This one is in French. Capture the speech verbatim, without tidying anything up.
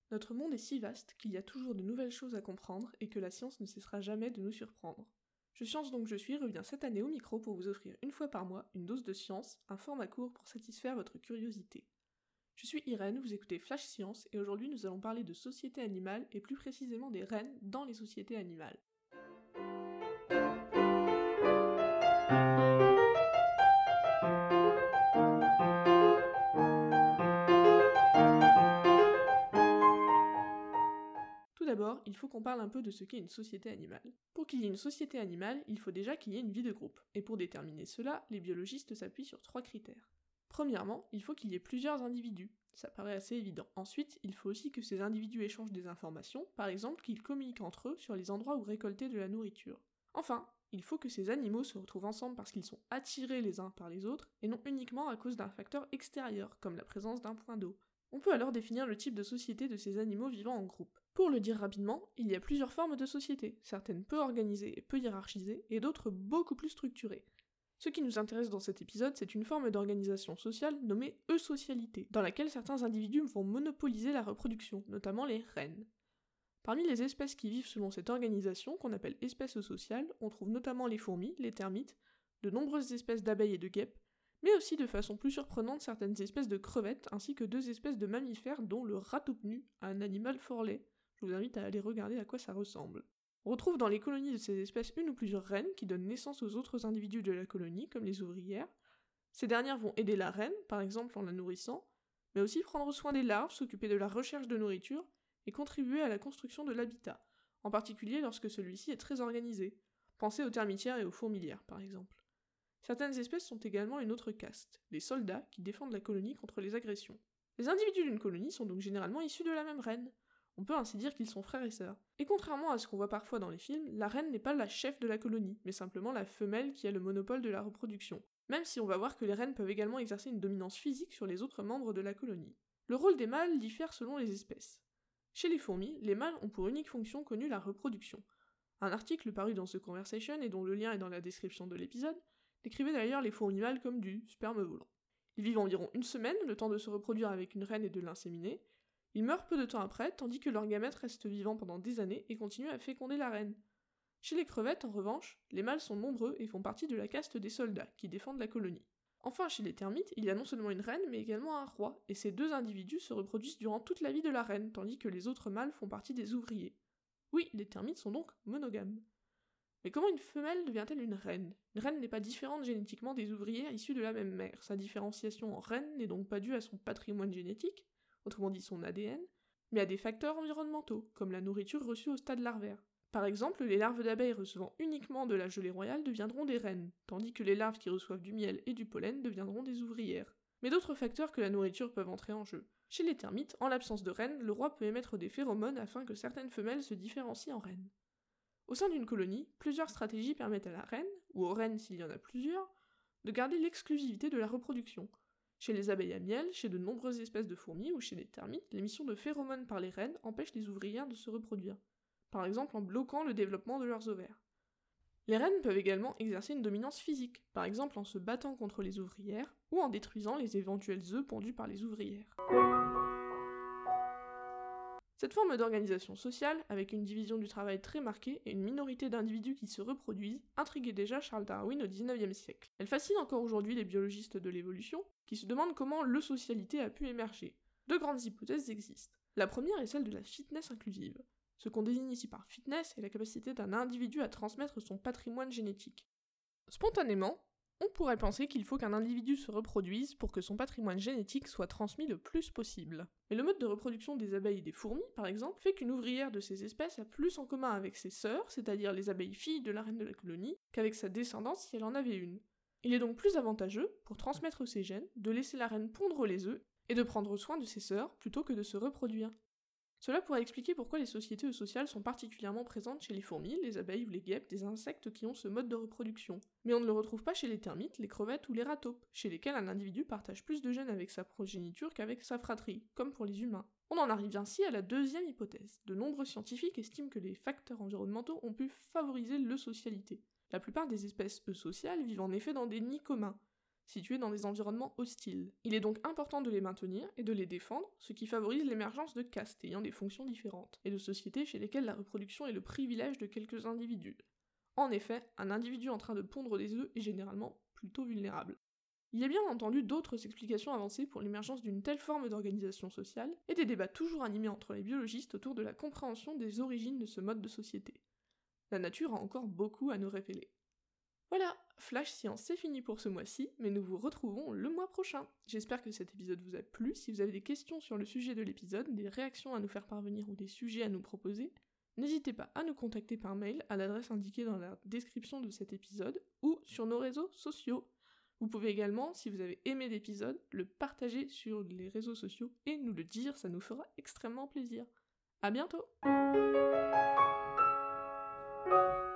Notre monde est si vaste qu'il y a toujours de nouvelles choses à comprendre et que la science ne cessera jamais de nous surprendre. Je Science donc je suis revient cette année au micro pour vous offrir une fois par mois une dose de science, un format court pour satisfaire votre curiosité. Je suis Irène, vous écoutez Flash Science et aujourd'hui nous allons parler de sociétés animales et plus précisément des reines dans les sociétés animales. Tout d'abord, il faut qu'on parle un peu de ce qu'est une société animale. Pour qu'il y ait une société animale, il faut déjà qu'il y ait une vie de groupe, et pour déterminer cela, les biologistes s'appuient sur trois critères. Premièrement, il faut qu'il y ait plusieurs individus, ça paraît assez évident. Ensuite, il faut aussi que ces individus échangent des informations, par exemple qu'ils communiquent entre eux sur les endroits où récolter de la nourriture. Enfin, il faut que ces animaux se retrouvent ensemble parce qu'ils sont attirés les uns par les autres, et non uniquement à cause d'un facteur extérieur, comme la présence d'un point d'eau. On peut alors définir le type de société de ces animaux vivant en groupe. Pour le dire rapidement, il y a plusieurs formes de société, certaines peu organisées et peu hiérarchisées, et d'autres beaucoup plus structurées. Ce qui nous intéresse dans cet épisode, c'est une forme d'organisation sociale nommée eusocialité, dans laquelle certains individus vont monopoliser la reproduction, notamment les reines. Parmi les espèces qui vivent selon cette organisation, qu'on appelle espèces eusociales, on trouve notamment les fourmis, les termites, de nombreuses espèces d'abeilles et de guêpes, mais aussi de façon plus surprenante certaines espèces de crevettes, ainsi que deux espèces de mammifères dont le ratopnu, un animal fort laid. Je vous invite à aller regarder à quoi ça ressemble. On retrouve dans les colonies de ces espèces une ou plusieurs reines qui donnent naissance aux autres individus de la colonie, comme les ouvrières. Ces dernières vont aider la reine, par exemple en la nourrissant, mais aussi prendre soin des larves, s'occuper de la recherche de nourriture, et contribuer à la construction de l'habitat, en particulier lorsque celui-ci est très organisé. Pensez aux termitières et aux fourmilières, par exemple. Certaines espèces sont également une autre caste, les soldats qui défendent la colonie contre les agressions. Les individus d'une colonie sont donc généralement issus de la même reine. On peut ainsi dire qu'ils sont frères et sœurs. Et contrairement à ce qu'on voit parfois dans les films, la reine n'est pas la chef de la colonie, mais simplement la femelle qui a le monopole de la reproduction, même si on va voir que les reines peuvent également exercer une dominance physique sur les autres membres de la colonie. Le rôle des mâles diffère selon les espèces. Chez les fourmis, les mâles ont pour unique fonction connue la reproduction. Un article paru dans The Conversation et dont le lien est dans la description de l'épisode décrivait d'ailleurs les fourmis mâles comme du sperme volant. Ils vivent environ une semaine, le temps de se reproduire avec une reine et de l'inséminer. Ils meurent peu de temps après, tandis que leurs gamètes restent vivants pendant des années et continuent à féconder la reine. Chez les crevettes, en revanche, les mâles sont nombreux et font partie de la caste des soldats, qui défendent la colonie. Enfin, chez les termites, il y a non seulement une reine, mais également un roi, et ces deux individus se reproduisent durant toute la vie de la reine, tandis que les autres mâles font partie des ouvriers. Oui, les termites sont donc monogames. Mais comment une femelle devient-elle une reine? Une reine n'est pas différente génétiquement des ouvrières issues de la même mère. Sa différenciation en reine n'est donc pas due à son patrimoine génétique, autrement dit son A D N, mais à des facteurs environnementaux, comme la nourriture reçue au stade larvaire. Par exemple, les larves d'abeilles recevant uniquement de la gelée royale deviendront des reines, tandis que les larves qui reçoivent du miel et du pollen deviendront des ouvrières. Mais d'autres facteurs que la nourriture peuvent entrer en jeu. Chez les termites, en l'absence de reine, le roi peut émettre des phéromones afin que certaines femelles se différencient en reines. Au sein d'une colonie, plusieurs stratégies permettent à la reine, ou aux reines s'il y en a plusieurs, de garder l'exclusivité de la reproduction. Chez les abeilles à miel, chez de nombreuses espèces de fourmis ou chez les termites, l'émission de phéromones par les reines empêche les ouvrières de se reproduire, par exemple en bloquant le développement de leurs ovaires. Les reines peuvent également exercer une dominance physique, par exemple en se battant contre les ouvrières ou en détruisant les éventuels œufs pondus par les ouvrières. Cette forme d'organisation sociale, avec une division du travail très marquée et une minorité d'individus qui se reproduisent, intriguait déjà Charles Darwin au dix-neuvième siècle. Elle fascine encore aujourd'hui les biologistes de l'évolution, qui se demandent comment l'eusocialité a pu émerger. Deux grandes hypothèses existent. La première est celle de la fitness inclusive. Ce qu'on désigne ici par fitness est la capacité d'un individu à transmettre son patrimoine génétique. Spontanément, on pourrait penser qu'il faut qu'un individu se reproduise pour que son patrimoine génétique soit transmis le plus possible. Mais le mode de reproduction des abeilles et des fourmis, par exemple, fait qu'une ouvrière de ces espèces a plus en commun avec ses sœurs, c'est-à-dire les abeilles filles de la reine de la colonie, qu'avec sa descendance si elle en avait une. Il est donc plus avantageux, pour transmettre ses gènes, de laisser la reine pondre les œufs et de prendre soin de ses sœurs plutôt que de se reproduire. Cela pourrait expliquer pourquoi les sociétés eusociales sont particulièrement présentes chez les fourmis, les abeilles ou les guêpes, des insectes qui ont ce mode de reproduction. Mais on ne le retrouve pas chez les termites, les crevettes ou les ratopes, chez lesquels un individu partage plus de gènes avec sa progéniture qu'avec sa fratrie, comme pour les humains. On en arrive ainsi à la deuxième hypothèse. De nombreux scientifiques estiment que les facteurs environnementaux ont pu favoriser l'eusocialité. La plupart des espèces eusociales vivent en effet dans des nids communs. situés dans des environnements hostiles. Il est donc important de les maintenir et de les défendre, ce qui favorise l'émergence de castes ayant des fonctions différentes, et de sociétés chez lesquelles la reproduction est le privilège de quelques individus. En effet, un individu en train de pondre des œufs est généralement plutôt vulnérable. Il y a bien entendu d'autres explications avancées pour l'émergence d'une telle forme d'organisation sociale, et des débats toujours animés entre les biologistes autour de la compréhension des origines de ce mode de société. La nature a encore beaucoup à nous révéler. Voilà, Flash Science c'est fini pour ce mois-ci, mais nous vous retrouvons le mois prochain. J'espère que cet épisode vous a plu. Si vous avez des questions sur le sujet de l'épisode, des réactions à nous faire parvenir ou des sujets à nous proposer, n'hésitez pas à nous contacter par mail à l'adresse indiquée dans la description de cet épisode ou sur nos réseaux sociaux. Vous pouvez également, si vous avez aimé l'épisode, le partager sur les réseaux sociaux et nous le dire, ça nous fera extrêmement plaisir. À bientôt!